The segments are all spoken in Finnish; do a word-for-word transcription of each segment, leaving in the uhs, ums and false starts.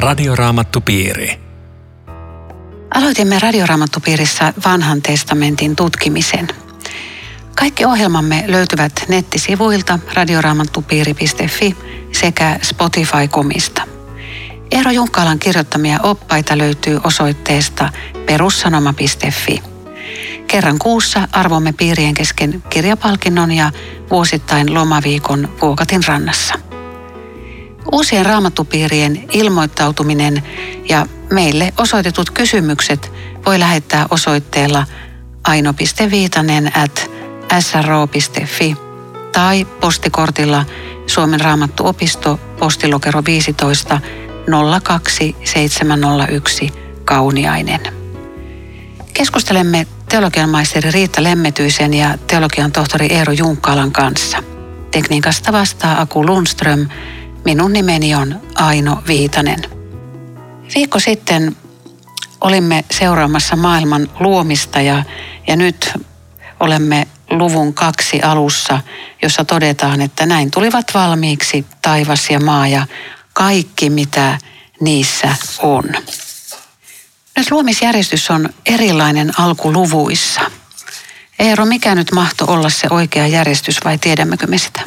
Radioraamattupiiri. Aloitimme Radioraamattupiirissä vanhan testamentin tutkimisen. Kaikki ohjelmamme löytyvät nettisivuilta radioraamattupiiri piste fi sekä Spotify piste comista. Eero Junkkalan kirjoittamia oppaita löytyy osoitteesta perussanoma piste fi. Kerran kuussa arvomme piirien kesken kirjapalkinnon ja vuosittain lomaviikon Vuokatin rannassa. Uusien raamattupiirien ilmoittautuminen ja meille osoitetut kysymykset voi lähettää osoitteella aino piste viitanen at s r o piste fi tai postikortilla Suomen Raamattuopisto, postilokero viisitoista nolla kaksi seitsemän nolla yksi Kauniainen. Keskustelemme teologian maisteri Riitta Lemmetyisen ja teologian tohtori Eero Junkkalan kanssa. Tekniikasta vastaa Aku Lundström. Minun nimeni on Aino Viitanen. Viikko sitten olimme seuraamassa maailman luomista ja, ja nyt olemme luvun kaksi alussa, jossa todetaan, että näin tulivat valmiiksi taivas ja maa ja kaikki mitä niissä on. Nyt luomisjärjestys on erilainen alkuluvuissa. Eero, mikä nyt mahtoi olla se oikea järjestys vai tiedämmekö me sitä?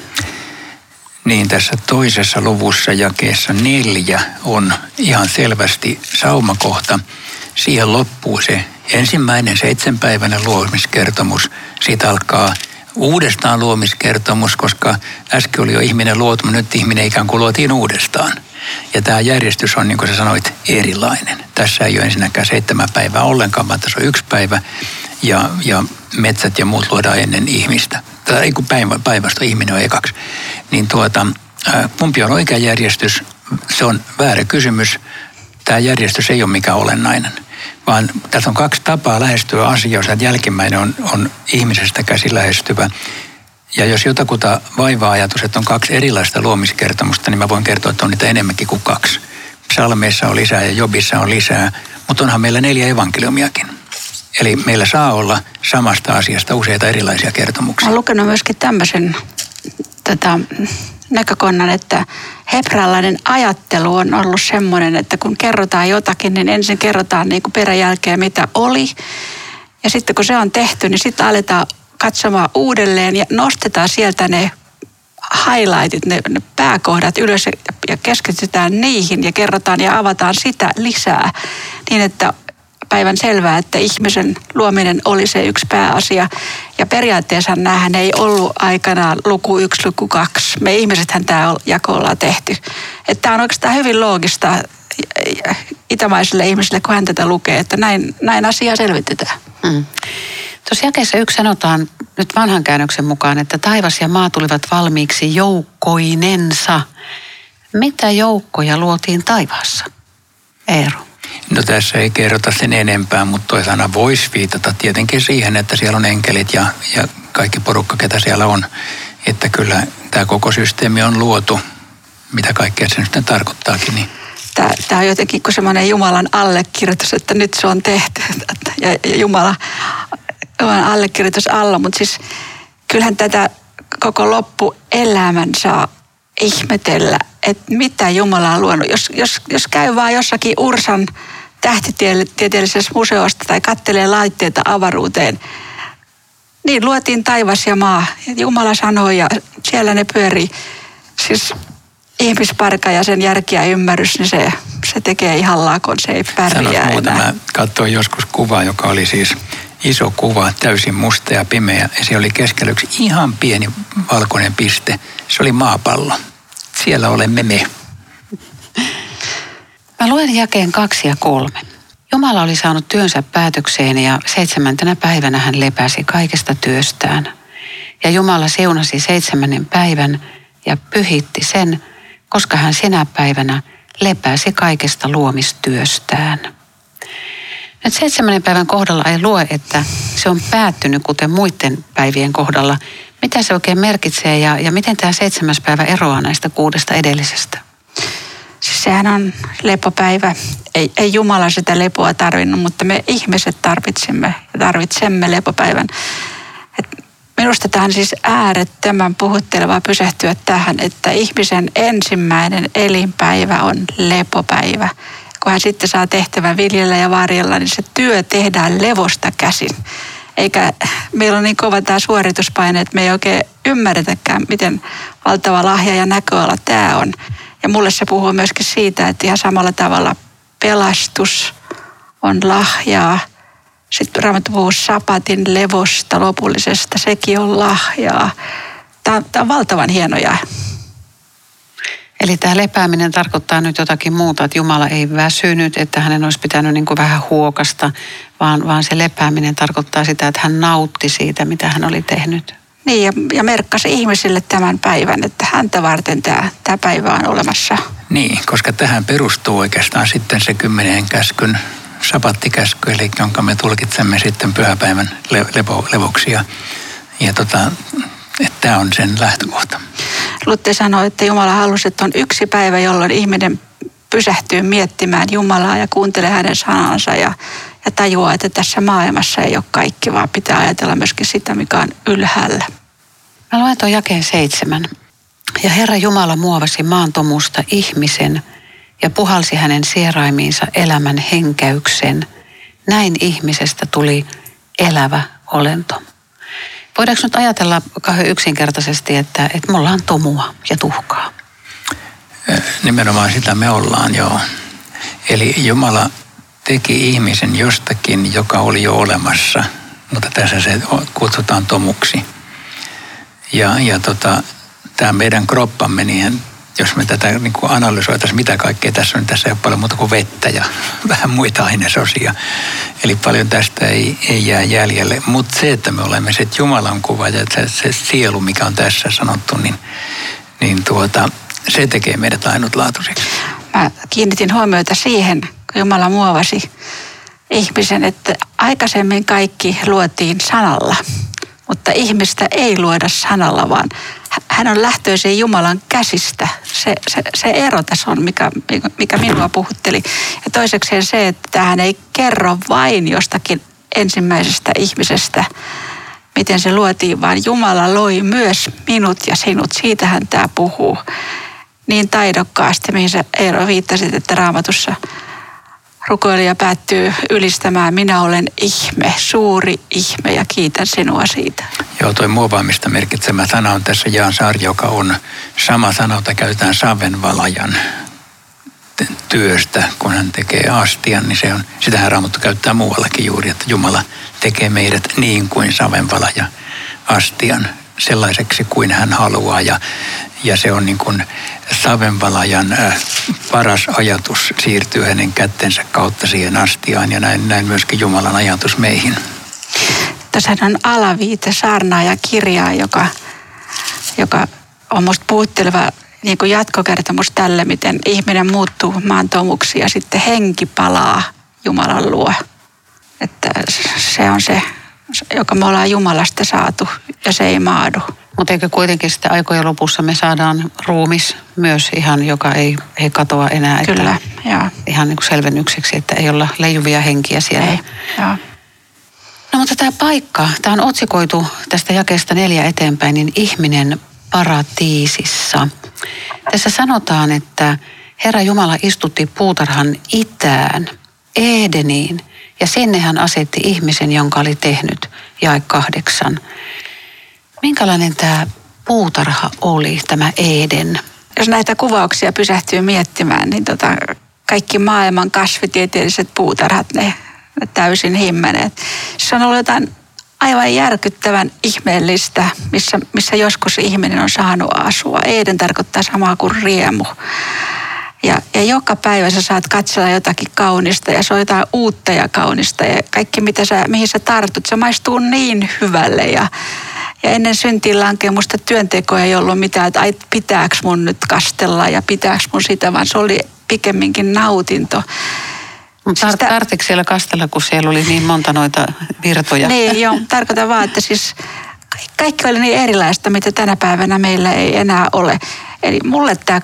Niin, tässä toisessa luvussa jakeessa neljä on ihan selvästi saumakohta. Siihen loppuu se ensimmäinen seitsemänpäiväinen luomiskertomus. Siitä alkaa uudestaan luomiskertomus, koska äsken oli jo ihminen luotu, nyt ihminen ikään kuin luotiin uudestaan. Ja tämä järjestys on, niin kuin sä sanoit, erilainen. Tässä ei ole ensinnäkään seitsemän päivää ollenkaan, vaan tässä on yksi päivä ja, ja metsät ja muut luodaan ennen ihmistä. Tai ei kun päivä, päivästä ihminen on ekaksi. Niin tuota, kumpi on oikea järjestys? Se on väärä kysymys. Tämä järjestys ei ole mikään olennainen, vaan tässä on kaksi tapaa lähestyä asiaa. Että jälkimmäinen on, on ihmisestä käsin lähestyvä. Ja jos jotakuta vaivaa ajatus, että on kaksi erilaista luomiskertomusta, niin mä voin kertoa, että on niitä enemmänkin kuin kaksi. Psalmeissa on lisää ja Jobissa on lisää, mutta onhan meillä neljä evankeliumiakin. Eli meillä saa olla samasta asiasta useita erilaisia kertomuksia. Olen lukenut myöskin tämmöisen tätä, näkökannan, että hebraalainen ajattelu on ollut semmoinen, että kun kerrotaan jotakin, niin ensin kerrotaan niin kuin peräjälkeen, mitä oli. Ja sitten kun se on tehty, niin sitten aletaan katsomaan uudelleen ja nostetaan sieltä ne highlightit, ne, ne pääkohdat ylös ja keskitytään niihin ja kerrotaan ja avataan sitä lisää niin, että päivän selvää, että ihmisen luominen oli se yksi pääasia. Ja periaatteessa näähän ei ollut aikanaan luku yksi, luku kaksi. Me ihmisethän tämä jako ollaan tehty. Että tämä on oikeastaan hyvin loogista itämaisille ihmisille, kun hän tätä lukee, että näin, näin asiaa selvitetään. Hmm. Tuossa jakeessa yksi sanotaan nyt vanhan käännöksen mukaan, että taivas ja maa tulivat valmiiksi joukkoinensa. Mitä joukkoja luotiin taivaassa? Eero. No tässä ei kerrota sen enempää, mutta toi sana voisi viitata tietenkin siihen, että siellä on enkelit ja, ja kaikki porukka, ketä siellä on. Että kyllä tämä koko systeemi on luotu, mitä kaikkea se nyt tarkoittaakin. Niin. Tämä, tämä on jotenkin kuin semmoinen Jumalan allekirjoitus, että nyt se on tehty ja, ja Jumala on allekirjoitus alla. Mutta siis kyllähän tätä koko loppuelämän saa ihmetellä, että mitä Jumala on luonut. Jos, jos, jos käy vaan jossakin Ursan tähtitieteellisessä museosta tai kattelee laitteita avaruuteen, niin luotiin taivas ja maa. Jumala sanoi ja siellä ne pyörii. Siis ihmisparka ja sen järki ja ymmärrys, niin se, se tekee ihan lakon, se ei pärjää muuta, enää. Mä katsoin joskus kuvaa, joka oli siis iso kuva, täysin musta ja pimeä. Ja se oli keskellä yksi ihan pieni valkoinen piste. Se oli maapallo. Siellä olemme me. Mä luen jakeen kaksi ja kolme. Jumala oli saanut työnsä päätökseen ja seitsemäntenä päivänä hän lepäsi kaikesta työstään. Ja Jumala seunasi seitsemännen päivän ja pyhitti sen, koska hän sinä päivänä lepäsi kaikesta luomistyöstään. Nyt seitsemännen päivän kohdalla ei lue, että se on päättynyt kuten muiden päivien kohdalla. Mitä se oikein merkitsee ja, ja miten tämä seitsemäs päivä eroaa näistä kuudesta edellisestä? Siis sehän on lepopäivä. Ei, ei Jumala sitä lepoa tarvinnut, mutta me ihmiset tarvitsemme ja tarvitsemme lepopäivän. Et Minusta tämä on siis äärettömän puhuttelevaa pysähtyä tähän, että ihmisen ensimmäinen elinpäivä on lepopäivä. Kun hän sitten saa tehtävän viljellä ja varjella, niin se työ tehdään levosta käsin. Eikä meillä on niin kova tämä suorituspaine, että me ei oikein ymmärretäkään, miten valtava lahja ja näköala tämä on. Ja mulle se puhuu myöskin siitä, että ihan samalla tavalla pelastus on lahjaa. Sitten Raamattu puhuu sapatin levosta lopullisesta, sekin on lahjaa. Tämä on, tämä on valtavan hieno jae. Eli tämä lepääminen tarkoittaa nyt jotakin muuta, että Jumala ei väsynyt, että hänen olisi pitänyt niin kuin vähän huokasta, vaan, vaan se lepääminen tarkoittaa sitä, että hän nautti siitä, mitä hän oli tehnyt. Niin, ja, ja merkkasi ihmisille tämän päivän, että häntä varten tämä, tämä päivä on olemassa. Niin, koska tähän perustuu oikeastaan sitten se kymmenen käskyn sapattikäsky, eli jonka me tulkitsemme sitten pyhäpäivän le- levo, levoksi. Ja, ja tota, tämä on sen lähtökohta. Lutte sanoi, että Jumala halusi, että on yksi päivä, jolloin ihminen pysähtyy miettimään Jumalaa ja kuuntelee hänen sanansa ja, ja tajuaa, että tässä maailmassa ei ole kaikki, vaan pitää ajatella myöskin sitä, mikä on ylhäällä. Mä luen tuon jakeen seitsemän. Ja Herra Jumala muovasi maantomusta ihmisen ja puhalsi hänen sieraimiinsa elämän henkäyksen. Näin ihmisestä tuli elävä olento. Voidaanko nyt ajatella kauhean yksinkertaisesti, että, että me ollaan tomua ja tuhkaa? Nimenomaan sitä me ollaan, joo. Eli Jumala teki ihmisen jostakin, joka oli jo olemassa, mutta tässä se kutsutaan tomuksi. Ja, ja tota, tämä meidän kroppamme, niin jos me tätä niin kuin analysoitaisiin, mitä kaikkea tässä on, niin tässä ei ole paljon muuta kuin vettä ja vähän muita ainesosia. Eli paljon tästä ei, ei jää jäljelle. Mutta se, että me olemme se Jumalan kuva ja se, se sielu, mikä on tässä sanottu, niin, niin tuota, se tekee meidät ainutlaatuisiksi. Mä kiinnitin huomiota siihen, kun Jumala muovasi ihmisen, että aikaisemmin kaikki luotiin sanalla, mutta ihmistä ei luoda sanalla, vaan hän on lähtöisin Jumalan käsistä. Se, se, se ero tässä on, mikä, mikä minua puhutteli. Ja toisekseen se, että hän ei kerro vain jostakin ensimmäisestä ihmisestä, miten se luotiin, vaan Jumala loi myös minut ja sinut. Siitähän tämä puhuu niin taidokkaasti, mihin sä Eero viittasit, että Raamatussa rukoilija päättyy ylistämään, minä olen ihme, suuri ihme ja kiitän sinua siitä. Joo, toi muovaamista merkitsemä sana on tässä Jaan Saari, joka on sama sana, jota käytetään savenvalajan työstä, kun hän tekee astian, niin se on, sitähän Raamattu käyttää muuallakin juuri, että Jumala tekee meidät niin kuin savenvalaja astian sellaiseksi kuin hän haluaa ja, ja se on niin kuin savenvalajan äh, paras ajatus siirtyy hänen kättensä kautta siihen astiaan ja näin, näin myöskin Jumalan ajatus meihin. Tässä on alaviite saarnaaja kirjaa, joka, joka on musta puhutteleva niin kuin jatkokertomus tälle, miten ihminen muuttuu maantomuksi ja sitten henki palaa Jumalan luo. Että se on se, joka me ollaan Jumalasta saatu ja se ei maadu. Mutta eikö kuitenkin sitten aikojen lopussa me saadaan ruumis myös ihan, joka ei, ei katoa enää. Kyllä, että joo. Ihan niin kuin selvennykseksi, että ei olla leijuvia henkiä siellä. Ei, joo. No mutta tämä paikka, tämä on otsikoitu tästä jakeesta neljä eteenpäin, niin ihminen paratiisissa. Tässä sanotaan, että Herra Jumala istutti puutarhan itään, Edeniin, ja sinne hän asetti ihmisen, jonka oli tehnyt, jae kahdeksan. Minkälainen tämä puutarha oli, tämä Eden? Jos näitä kuvauksia pysähtyy miettimään, niin tota, kaikki maailman kasvitieteelliset puutarhat, ne, ne täysin himmeneet. Se on ollut jotain aivan järkyttävän ihmeellistä, missä, missä joskus ihminen on saanut asua. Eden tarkoittaa samaa kuin riemu. Ja, ja joka päivä sä saat katsella jotakin kaunista ja se on jotain uutta ja kaunista. Ja kaikki, mitä sä, mihin sä tartut, se maistuu niin hyvälle. Ja, ja ennen syntiin lankemusta työntekoa ei ollut mitään, että ai, pitääkö mun nyt kastella ja pitääkö mun sitä, vaan se oli pikemminkin nautinto. Mutta tar- tarvitsiko siellä kastella, kun siellä oli niin monta noita virtoja? Niin, joo. Tarkoitan vaan, että siis kaikki oli niin erilaista, mitä tänä päivänä meillä ei enää ole. Eli mulle tämä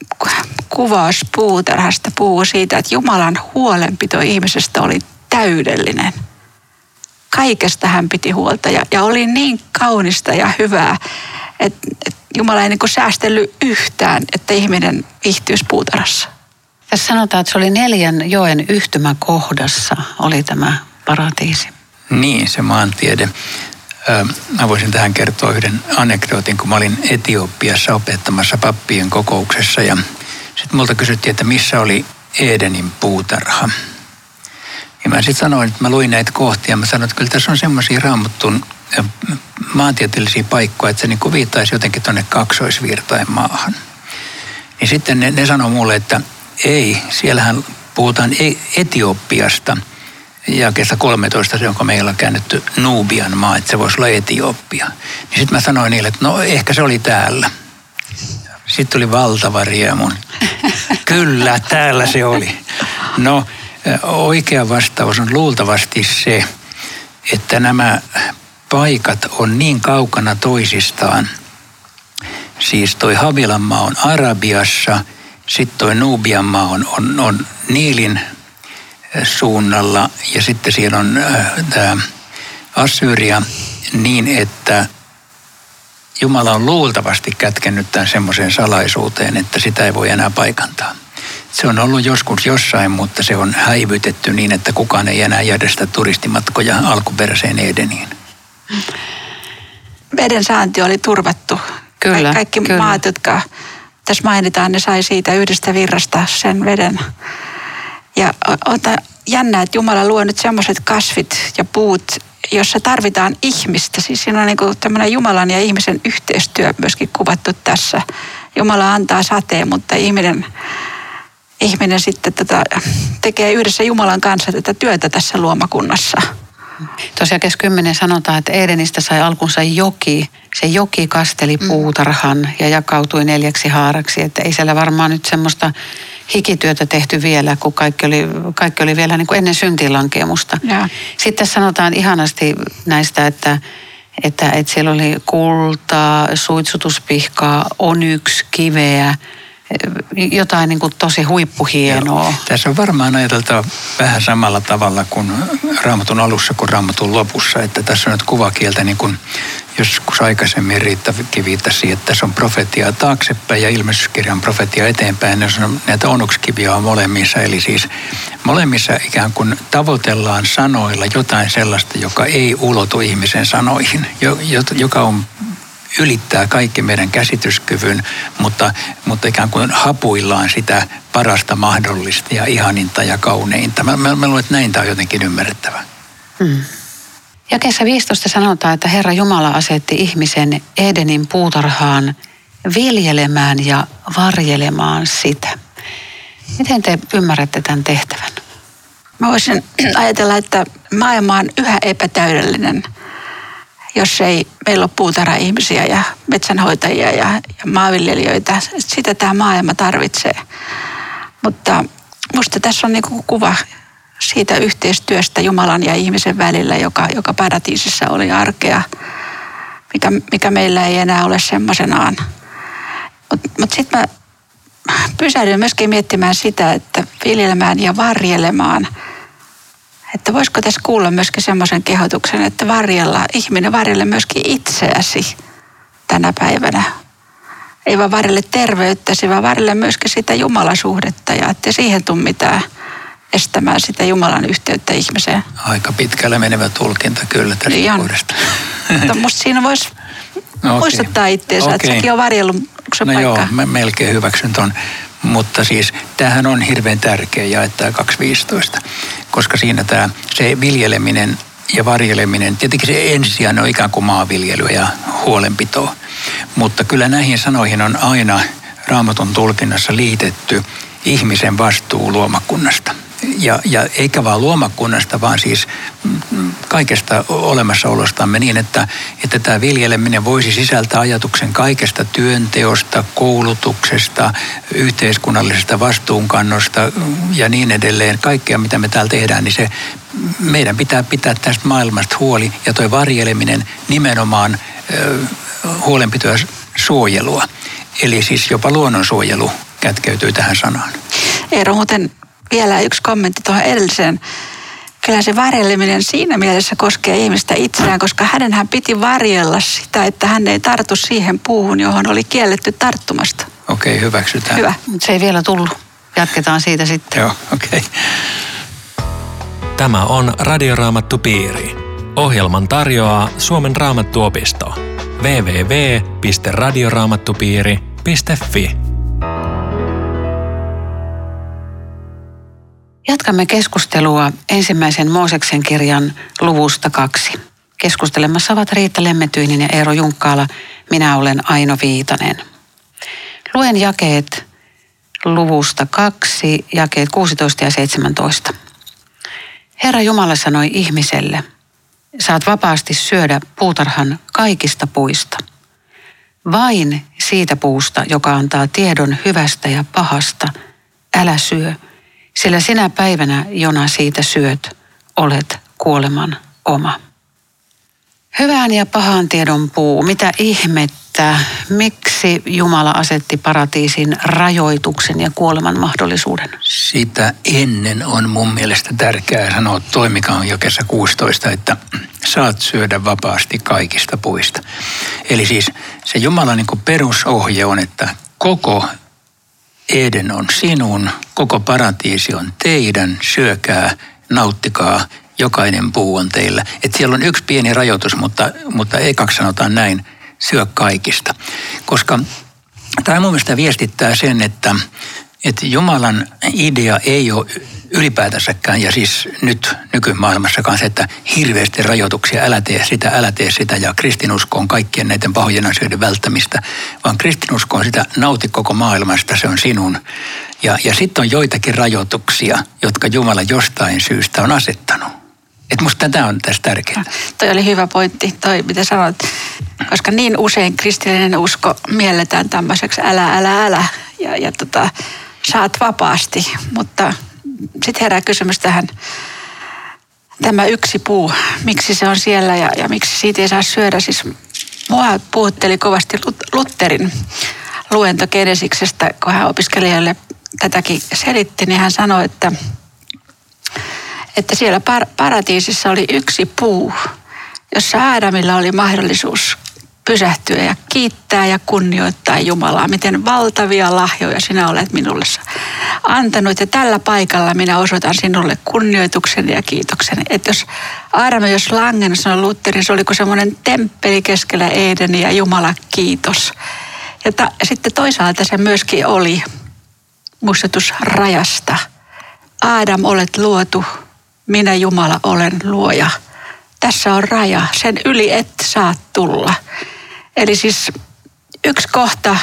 kuvaus puutarhasta puhuu siitä, että Jumalan huolenpito ihmisestä oli täydellinen. kaikesta hän piti huolta ja, ja oli niin kaunista ja hyvää, että et Jumala ei niin kuin säästellyt yhtään, että ihminen viihtyisi puutarhassa. Tässä sanotaan, että se oli neljän joen yhtymäkohdassa, oli tämä paratiisi. Niin, se maantiede. Mä voisin tähän kertoa yhden anekdootin, kun mä olin Etiopiassa opettamassa pappien kokouksessa ja sitten multa kysyttiin, että missä oli Edenin puutarha. Ja mä sitten sanoin, että mä luin näitä kohtia. Mä sanoin, että kyllä tässä on semmoisia Raamatun maantieteellisiä paikkoja, että se niin kuin viittaisi jotenkin tuonne kaksoisvirtain maahan. Niin sitten ne, ne sanoi mulle, että ei, siellähän puhutaan Etiopiasta. Ja kesä kolmetoista se, onko meillä on käännetty Nubian maa, että se voisi olla Etiopia. Niin sitten mä sanoin niille, että no ehkä se oli täällä. Sitten tuli valtava riemu. Kyllä, täällä se oli. No, oikea vastaus on luultavasti se, että nämä paikat on niin kaukana toisistaan. Siis toi Havilan maa on Arabiassa, sitten toi Nubian maa on, on, on Niilin suunnalla ja sitten siellä on äh, tämä Assyria niin, että Jumala on luultavasti kätkennyt tämän semmoiseen salaisuuteen, että sitä ei voi enää paikantaa. Se on ollut joskus jossain, mutta se on häivytetty niin, että kukaan ei enää järjestä turistimatkoja alkuperäiseen Edeniin. Veden saanti oli turvattu. Kyllä, Kaikki kyllä. maat, jotka tässä mainitaan, ne sai siitä yhdestä virrasta sen veden. Ja on jännä, että Jumala luo nyt sellaiset kasvit ja puut, jossa tarvitaan ihmistä. Siis siinä on niin kuin tämmöinen Jumalan ja ihmisen yhteistyö myöskin kuvattu tässä. Jumala antaa sateen, mutta ihminen, ihminen sitten tätä, tekee yhdessä Jumalan kanssa tätä työtä tässä luomakunnassa. Tosiaan kes kymmenen sanotaan, että Edenistä sai alkunsa joki. Se joki kasteli puutarhan ja jakautui neljäksi haaraksi. Että ei siellä varmaan nyt semmoista hikityötä tehty vielä, kun kaikki oli, kaikki oli vielä niin kuin ennen syntiinlankemusta. Ja. Sitten tässä sanotaan ihanasti näistä, että, että, että siellä oli kultaa, suitsutuspihkaa, onyks, kiveä, jotain niin kuin tosi huippuhienoa. Joo. Tässä on varmaan ajateltava vähän samalla tavalla kuin Raamatun alussa kuin Raamatun lopussa, että tässä on nyt kuvakieltä niin kuin joskus aikaisemmin Riittakin viittasi siihen, että tässä on profetiaa taaksepäin ja ilmestyskirjan profetiaa eteenpäin. Näitä onukskiviä on molemmissa, eli siis molemmissa ikään kuin tavoitellaan sanoilla jotain sellaista, joka ei ulotu ihmisen sanoihin, joka on ylittää kaikki meidän käsityskyvyn, mutta, mutta ikään kuin hapuillaan sitä parasta mahdollista ja ihaninta ja kauneinta. Mä, mä, mä luulen, että näin tämä on jotenkin ymmärrettävä. Hmm. Jakeessa viisitoista sanotaan, että Herra Jumala asetti ihmisen Edenin puutarhaan viljelemään ja varjelemaan sitä. Miten te ymmärrätte tämän tehtävän? Mä voisin ajatella, että maailma on yhä epätäydellinen, jos ei meillä ole puutarha-ihmisiä ja metsänhoitajia ja, ja maanviljelijöitä. Sitä tämä maailma tarvitsee. Mutta musta tässä on niinku kuva siitä yhteistyöstä Jumalan ja ihmisen välillä, joka, joka paratiisissa oli arkea, mikä, mikä meillä ei enää ole semmoisenaan. Mutta mut sitten mä pysähdyin myöskin miettimään sitä, että viljelemään ja varjelemaan, että voisiko tässä kuulla myöskin semmoisen kehotuksen, että varjella, ihminen varjelle myöskin itseäsi tänä päivänä. Ei vaan varjelle terveyttäsi, vaan varjelle myöskin sitä Jumalasuhdetta ja ettei siihen tule mitään estämään sitä Jumalan yhteyttä ihmiseen. Aika pitkälle menevä tulkinta kyllä tästä Liian. vuodesta. Mutta musta siinä voisi no, muistuttaa itseensä, okay. Että sekin on varjellut se no paikka. joo, mä melkein hyväksyn ton. Mutta siis tämähän on hirveän tärkeä jae tämä kaksi viisitoista, koska siinä tämä se viljeleminen ja varjeleminen, tietenkin se ensisijainen on ikään kuin maanviljelyä ja huolenpitoa, mutta kyllä näihin sanoihin on aina Raamatun tulkinnassa liitetty ihmisen vastuu luomakunnasta. Ja, ja eikä vaan luomakunnasta, vaan siis kaikesta olemassaolostamme niin, että, että tämä viljeleminen voisi sisältää ajatuksen kaikesta työnteosta, koulutuksesta, yhteiskunnallisesta vastuunkannosta ja niin edelleen. Kaikkea, mitä me täällä tehdään, niin se meidän pitää pitää tästä maailmasta huoli. Ja tuo varjeleminen nimenomaan ö, huolenpitoa ja suojelua. Eli siis jopa luonnonsuojelu kätkeytyy tähän sanaan. Eero, muuten vielä yksi kommentti tuohon edelliseen kyllä se varjeleminen siinä mielessä koskee ihmistä itseään, koska hänenhän piti varjella sitä, että hän ei tartu siihen puuhun, johon oli kielletty tarttumasta. Okei, hyväksytään. Hyvä. Se ei vielä tullut. Jatketaan siitä sitten. Joo, okei. Tämä on Radioraamattupiiri. Ohjelman tarjoaa Suomen Raamattuopisto. double-u double-u double-u piste radioraamattupiiri piste fi. Jatkamme keskustelua ensimmäisen Mooseksen kirjan luvusta kaksi. Keskustelemassa ovat Riitta Lemmetyinen ja Eero Junkkaala. Minä olen Aino Viitanen. Luen jakeet luvusta kaksi, jakeet kuusitoista ja seitsemäntoista. Herra Jumala sanoi ihmiselle, saat vapaasti syödä puutarhan kaikista puista. Vain siitä puusta, joka antaa tiedon hyvästä ja pahasta, älä syö, sillä sinä päivänä, jona siitä syöt, olet kuoleman oma. Hyvän ja pahan tiedon puu, mitä ihmettä, miksi Jumala asetti paratiisin rajoituksen ja kuoleman mahdollisuuden? Sitä ennen on mun mielestä tärkeää sanoa toi, mikä on jakeessa kuusitoista, että saat syödä vapaasti kaikista puista. Eli siis se Jumalan niin kuin perusohje on, että koko Eden on sinun, koko paratiisi on teidän, syökää, nauttikaa, jokainen puu on teillä. Että siellä on yksi pieni rajoitus, mutta, mutta ekaksi sanotaan näin, syö kaikista. Koska tämä mun mielestä viestittää sen, että, että Jumalan idea ei ole ylipäätänsäkään, ja siis nyt nykymaailmassakaan se, että hirveästi rajoituksia, älä tee sitä, älä tee sitä, ja kristinusko on kaikkien näiden pahojen asioiden välttämistä, vaan kristinusko on sitä, nauti koko maailmasta, se on sinun. Ja, ja sitten on joitakin rajoituksia, jotka Jumala jostain syystä on asettanut. Että musta tätä on tässä tärkeää. No, toi oli hyvä pointti, toi mitä sanoit, koska niin usein kristillinen usko mielletään tämmöiseksi älä, älä, älä, ja, ja tota, saat vapaasti, mutta sitten herää kysymys tähän, tämä yksi puu, miksi se on siellä ja, ja miksi siitä ei saa syödä. Siis mua puhutteli kovasti Lutherin luento Genesiksestä, kun hän opiskelijoille tätäkin selitti, niin hän sanoi, että, että siellä par- paratiisissa oli yksi puu, jossa Aadamilla oli mahdollisuus pysähtyä ja kiittää ja kunnioittaa Jumalaa. Miten valtavia lahjoja sinä olet minulle antanut ja tällä paikalla minä osoitan sinulle kunnioituksen ja kiitoksen. Että jos Aadam jos langennut, sanoi Luther, se oliko semmoinen temppeli keskellä Edeniä, Jumala kiitos. Ja ta, sitten toisaalta se myöskin oli muistutus rajasta. Aadam olet luotu, minä Jumala olen luoja. Tässä on raja, sen yli et saa tulla. Eli siis yksi kohta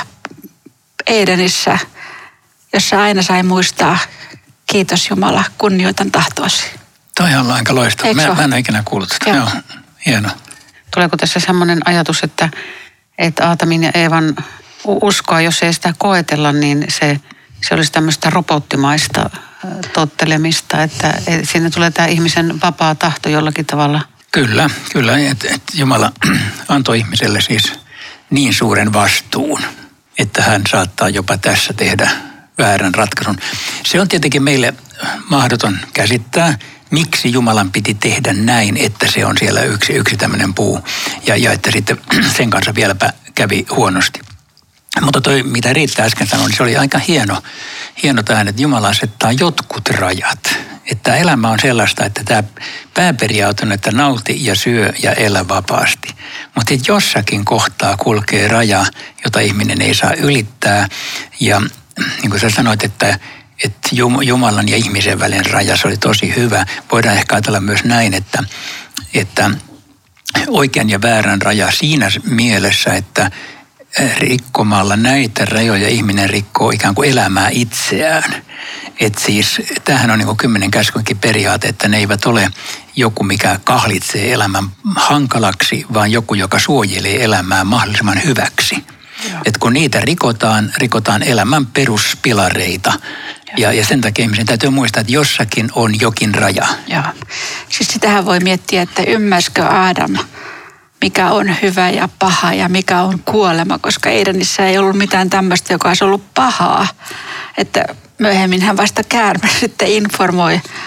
Edenissä, jossa aina sai muistaa, kiitos Jumala, kunnioitan tahtoasi. Toi on aika loistava. Mä, mä en ole ikinä kuullut sitä. Joo. Joo, hieno. Tuleeko tässä semmoinen ajatus, että, että Aatamin ja Eevan uskoa, jos ei sitä koetella, niin se, se olisi tämmöistä robottimaista tottelemista, että sinne tulee tämä ihmisen vapaa tahto jollakin tavalla. Kyllä, kyllä. Et, et Jumala antoi ihmiselle siis niin suuren vastuun, että hän saattaa jopa tässä tehdä väärän ratkaisun. Se on tietenkin meille mahdoton käsittää, miksi Jumalan piti tehdä näin, että se on siellä yksi, yksi tämmöinen puu ja, ja että sitten sen kanssa vieläpä kävi huonosti. Mutta toi, mitä Riitta äsken sanoi, niin se oli aika hieno, hieno tähän, että Jumala asettaa jotkut rajat. Että elämä on sellaista, että tämä pääperiaate on, että nauti ja syö ja elä vapaasti. Mutta jossakin kohtaa kulkee raja, jota ihminen ei saa ylittää. Ja niin kuin sä sanoit, että, että Jumalan ja ihmisen välinen raja, se oli tosi hyvä. Voidaan ehkä ajatella myös näin, että, että oikean ja väärän raja siinä mielessä, että rikkomalla näitä rajoja ihminen rikkoo ikään kuin elämää itseään. Että siis tämähän on niin kuin kymmenen käskynkin periaate, että ne eivät ole joku, mikä kahlitsee elämän hankalaksi, vaan joku, joka suojelee elämää mahdollisimman hyväksi. Että kun niitä rikotaan, rikotaan elämän peruspilareita. Ja, ja sen takia ihmisen täytyy muistaa, että jossakin on jokin raja. Joo. Siis sitähän voi miettiä, että ymmärsikö Aadam, mikä on hyvä ja paha ja mikä on kuolema, koska Edenissä ei ollut mitään tämmöistä, joka olisi ollut pahaa. Että myöhemmin hän vasta käärme sitten informoi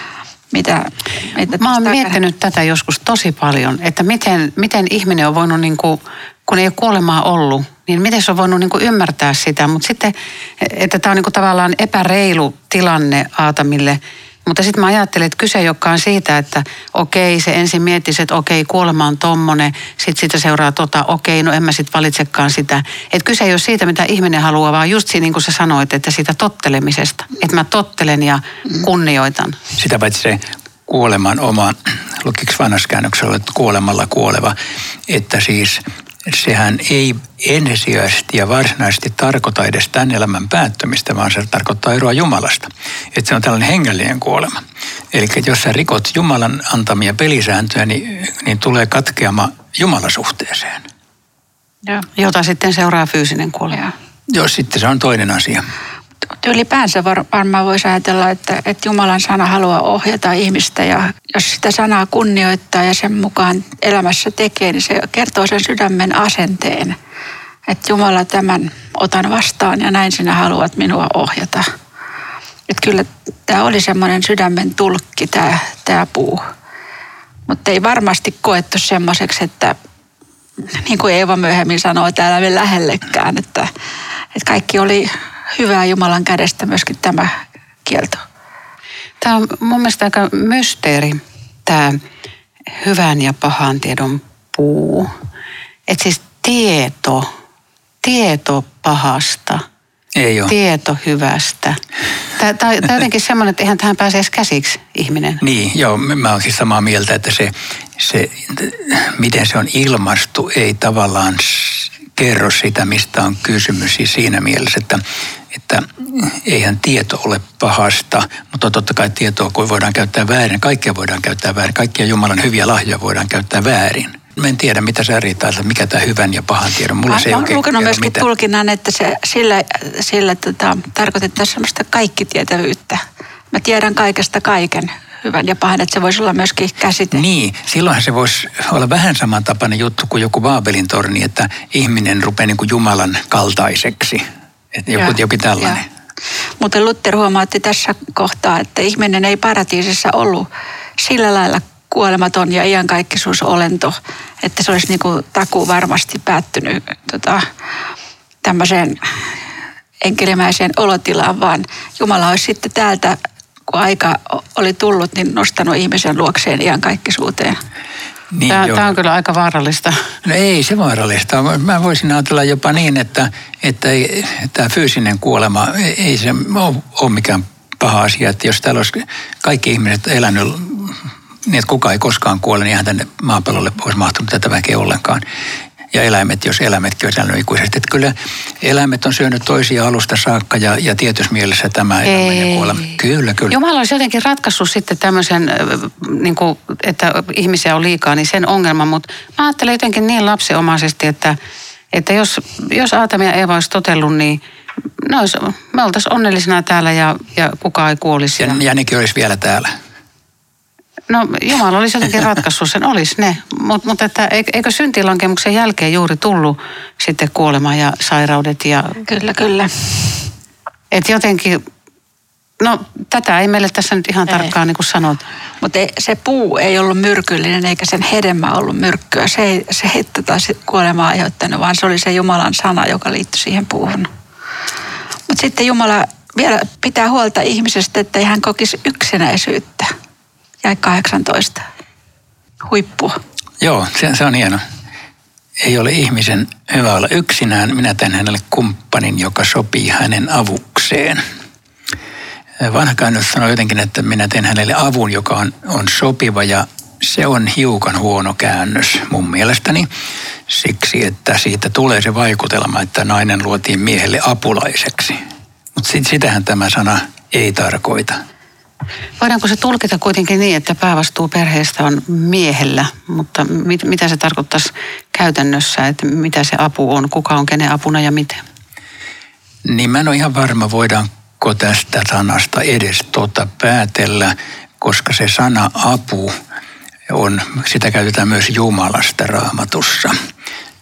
mitä, mitä Mä oon takana. miettinyt tätä joskus tosi paljon, että miten, miten ihminen on voinut, niin kuin, kun ei ole kuolemaa ollut, niin miten se on voinut niin kuin ymmärtää sitä. Mutta sitten, että tämä on niin kuin tavallaan epäreilu tilanne Aatamille. Mutta sitten mä ajattelin, että kyse ei olekaan siitä, että okei, se ensin miettisi, että okei, kuolema on tommonen, sitten sitä seuraa tota, okei, no en mä sitten valitsekaan sitä. Että kyse ei ole siitä, mitä ihminen haluaa, vaan just siinä, niin kuin sä sanoit, että siitä tottelemisesta. Että mä tottelen ja kunnioitan. Sitä paitsi se kuoleman oma, lukiksi vanhassa käännöksellä, että kuolemalla kuoleva, että siis sehän ei ensisijaisesti ja varsinaisesti tarkoita edes tämän elämän päättymistä, vaan se tarkoittaa eroa Jumalasta. Että se on tällainen hengellinen kuolema. Eli jos sä rikot Jumalan antamia pelisääntöjä, niin, niin tulee katkeama Jumalasuhteeseen. Joo. Jota sitten seuraa fyysinen kuolema. Jos sitten se on toinen asia. Ylipäänsä var, varmaan voisi ajatella, että, että Jumalan sana haluaa ohjata ihmistä ja jos sitä sanaa kunnioittaa ja sen mukaan elämässä tekee, niin se kertoo sen sydämen asenteen. Että Jumala, tämän otan vastaan ja näin sinä haluat minua ohjata. Että kyllä tämä oli semmoinen sydämen tulkki tämä, tämä puu. Mutta ei varmasti koettu semmoiseksi, että niin kuin Eeva myöhemmin sanoi, täällä me lähellekään, että, että kaikki oli hyvää Jumalan kädestä, myöskin tämä kielto. Tämä on mun mielestä aika mysteeri, tämä hyvän ja pahan tiedon puu. Että siis tieto, tieto pahasta, Ei ole. tieto hyvästä. Tämä, tämä on jotenkin semmoinen, että eihän tähän pääse edes käsiksi ihminen. Niin, joo, mä oon siis samaa mieltä, että se, se, miten se on ilmastu, ei tavallaan kerro sitä, mistä on kysymys. Siis siinä mielessä, että, että eihän tieto ole pahasta, mutta totta kai tietoa kun voidaan käyttää väärin. Kaikkea voidaan käyttää väärin. Kaikkia Jumalan hyviä lahjoja voidaan käyttää väärin. Mä en tiedä, mitä sä Riitta, mikä tämä hyvän ja pahan tiedon. Mulla se ei Mä oon lukenut myöskin mitään. tulkinnan, että se, sillä, sillä tota, tarkoitetaan semmoista kaikkitietävyyttä. Mä tiedän kaikesta kaiken hyvän ja pahan, että se voisi olla myöskin käsite. Niin, silloinhan se voisi olla vähän samantapainen juttu kuin joku Baabelin torni, että ihminen rupeaa niin kuin Jumalan kaltaiseksi. Että joku, joku tällainen. Ja. Mutta Luther huomautti tässä kohtaa, että ihminen ei paratiisissa ollut sillä lailla kuolematon ja iankaikkisuusolento, että se olisi niin kuin takuu varmasti päättynyt tota, tämmöiseen enkelimäiseen olotilaan, vaan Jumala olisi sitten täältä, kun aika oli tullut, niin nostanut ihmisen luokseen iankaikkisuuteen. Niin, tämä, joo. tämä on kyllä aika vaarallista. No ei se vaarallista. Mä voisin ajatella jopa niin, että, että ei, tämä fyysinen kuolema, ei se ole, ole mikään paha asia. Että jos täällä olisi kaikki ihmiset elänyt niin, että kukaan ei koskaan kuole, niin ihan tänne maapallolle olisi mahtunut tätä väkeä ollenkaan. Ja eläimet, jos eläimetkin olisi elänyt ikuisesti. Että kyllä eläimet on syönyt toisia alusta saakka ja, ja tietyssä mielessä tämä elämä ja kuolema. Kyllä, kyllä. Jumala olisi jotenkin ratkaissut sitten tämmöisen, niin kuin, että ihmisiä on liikaa, niin sen ongelman. Mutta mä ajattelen jotenkin niin lapsenomaisesti, että, että jos, jos Aatami ja Eeva olisi totellut, niin ne olisi, me oltaisiin onnellisena täällä ja, ja kukaan ei kuolisi. Ja, ja nekin olisi vielä täällä. No Jumala olisi jotenkin ratkaissut sen, olisi ne. Mutta mut että eikö syntilankemuksen jälkeen juuri tullut sitten kuolema ja sairaudet ja... Kyllä, kyllä. Että jotenkin, no tätä ei meille tässä nyt ihan Ei. tarkkaan niin kuin sanota. Mutta se puu ei ollut myrkyllinen eikä sen hedelmä ollut myrkkyä. Se ei, se ei tota, kuolemaa aiheuttanut, vaan se oli se Jumalan sana, joka liittyi siihen puuhun. Mutta sitten Jumala vielä pitää huolta ihmisestä, että ei hän kokisi yksinäisyyttä. Jäi kahdeksantoista. Huippu. Joo, se, se on hieno. Ei ole ihmisen hyvä olla yksinään. Minä teen hänelle kumppanin, joka sopii hänen avukseen. Vanha käännös sanoo jotenkin, että minä teen hänelle avun, joka on, on sopiva ja se on hiukan huono käännös mun mielestäni. Siksi, että siitä tulee se vaikutelma, että nainen luotiin miehelle apulaiseksi. Mutta sit, sitähän tämä sana ei tarkoita. Voidaanko se tulkita kuitenkin niin, että päävastuu perheestä on miehellä, mutta mit, mitä se tarkoittaisi käytännössä, että mitä se apu on, kuka on kenen apuna ja miten? Niin mä en ole ihan varma, voidaanko tästä sanasta edes tota päätellä, koska se sana apu on, sitä käytetään myös Jumalasta Raamatussa.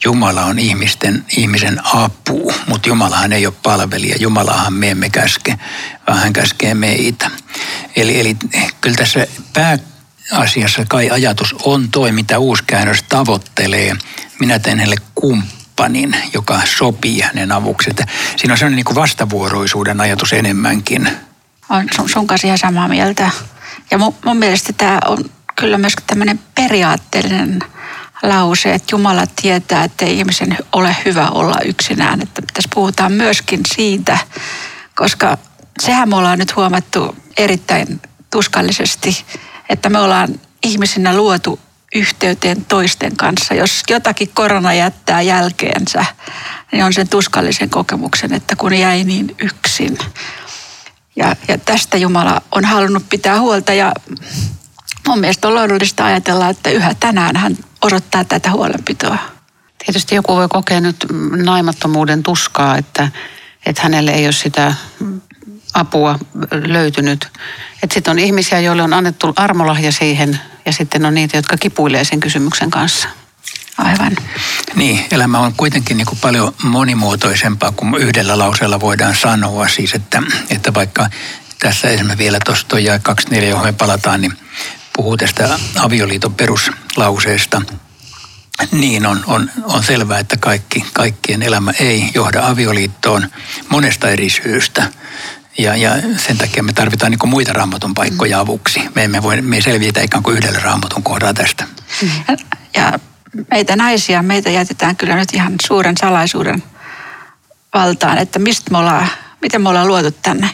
Jumala on ihmisten, ihmisen apu, mutta Jumalahan ei ole palvelija. Jumalahan me emme käske, vaan hän käskee meitä. Eli, eli kyllä tässä pääasiassa kai ajatus on toi, mitä uuskäännös tavoittelee. Minä teen hänelle kumppanin, joka sopii hänen avuksi. Että siinä on sellainen niin kuin vastavuoroisuuden ajatus enemmänkin. Olen sun, sun kanssa ihan samaa mieltä. Ja mun, mun mielestä tämä on kyllä myös tämmöinen periaatteellinen lause, että Jumala tietää, että ei ihmisen ole hyvä olla yksinään. Että tässä puhutaan myöskin siitä, koska sehän me ollaan nyt huomattu erittäin tuskallisesti, että me ollaan ihmisinä luotu yhteyteen toisten kanssa. Jos jotakin korona jättää jälkeensä, niin on sen tuskallisen kokemuksen, että kun jäi niin yksin. Ja, ja tästä Jumala on halunnut pitää huolta ja mun mielestä on lohdullista ajatella, että yhä tänään hän osoittaa tätä huolenpitoa. Tietysti joku voi kokea nyt naimattomuuden tuskaa, että, että hänelle ei ole sitä apua löytynyt. Että sitten on ihmisiä, joille on annettu armolahja siihen ja sitten on niitä, jotka kipuilee sen kysymyksen kanssa. Aivan. Niin, elämä on kuitenkin niin kuin paljon monimuotoisempaa kuin yhdellä lauseella voidaan sanoa. Siis, että, että vaikka tässä esimerkiksi vielä tuossa tuo jae kaksikymmentäneljä, johon me palataan, niin puhuu tästä avioliiton peruslauseesta. Niin on, on, on selvää, että kaikki, kaikkien elämä ei johda avioliittoon monesta eri syystä. Ja, ja sen takia me tarvitaan niin kuin muita raamatun paikkoja avuksi. Me emme voi, me ei selvitä ikään kuin yhdellä raamatun kohdalla tästä. Ja, ja meitä naisia, meitä jätetään kyllä nyt ihan suuren salaisuuden valtaan, että mistä me ollaan, miten me ollaan luotu tänne.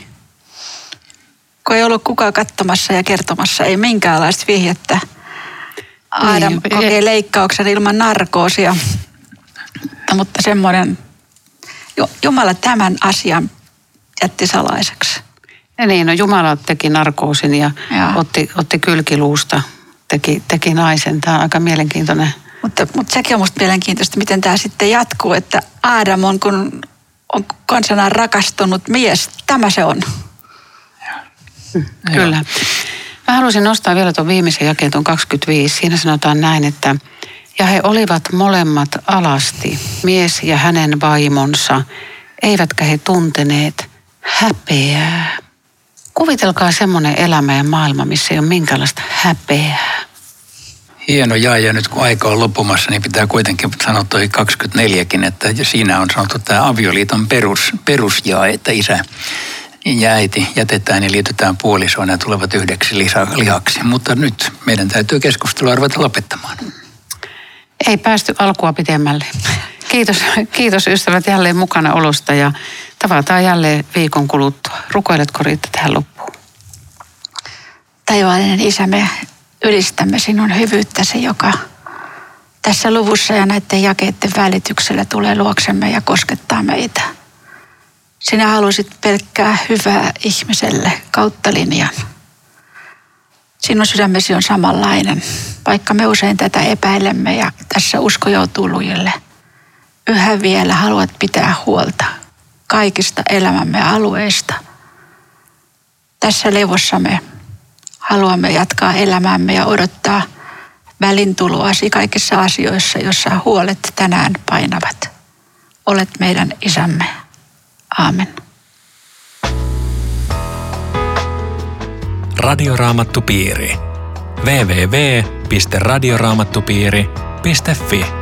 Kun ei ollut kukaan katsomassa ja kertomassa, ei minkäänlaista vihjettä. Aadam niin, kokee leikkauksen ilman narkoosia, mutta semmoinen, Jumala tämän asian jätti salaiseksi. Ja niin, no Jumala teki narkoosin ja, ja. Otti, otti kylkiluusta, teki, teki naisen. Tämä on aika mielenkiintoinen. Mutta, mutta sekin on musta mielenkiintoista, miten tämä sitten jatkuu, että Aadam on, kun on konsanaan rakastunut mies, tämä se on. Mm, kyllä. Mä haluaisin nostaa vielä tuon viimeisen jakeen, tuon kaksikymmentäviisi. Siinä sanotaan näin, että ja he olivat molemmat alasti, mies ja hänen vaimonsa, eivätkä he tunteneet häpeää. Kuvitelkaa semmoinen elämä ja maailma, missä ei ole minkäänlaista häpeää. Hieno jae, ja nyt kun aika on loppumassa, niin pitää kuitenkin sanoa toi kaksikymmentäneljäkin, että siinä on sanottu tämä avioliiton perus, perusjae, että isä ja äiti jätetään ja liitytään puolisoon ja tulevat yhdeksi lihaksi. Mutta nyt meidän täytyy keskustelua ruveta lopettamaan. Ei päästy alkua pitemmälle. Kiitos, kiitos ystävät jälleen mukana olosta ja tavataan jälleen viikon kuluttua. Rukoiletko Riitta tähän loppuun? Taivaallinen Isä, me ylistämme sinun hyvyyttäsi, joka tässä luvussa ja näiden jakeiden välityksellä tulee luoksemme ja koskettaa meitä. Sinä halusit pelkkää hyvää ihmiselle kautta linjan. Sinun sydämesi on samanlainen, vaikka me usein tätä epäilemme ja tässä usko joutuu lujille. Yhä vielä haluat pitää huolta kaikista elämämme alueista. Tässä levossamme haluamme jatkaa elämäämme ja odottaa välintuloasi kaikissa asioissa, joissa huolet tänään painavat. Olet meidän isämme. Aamen. Radioraamattupiiri. double-u double-u double-u piste radioraamattupiiri piste fi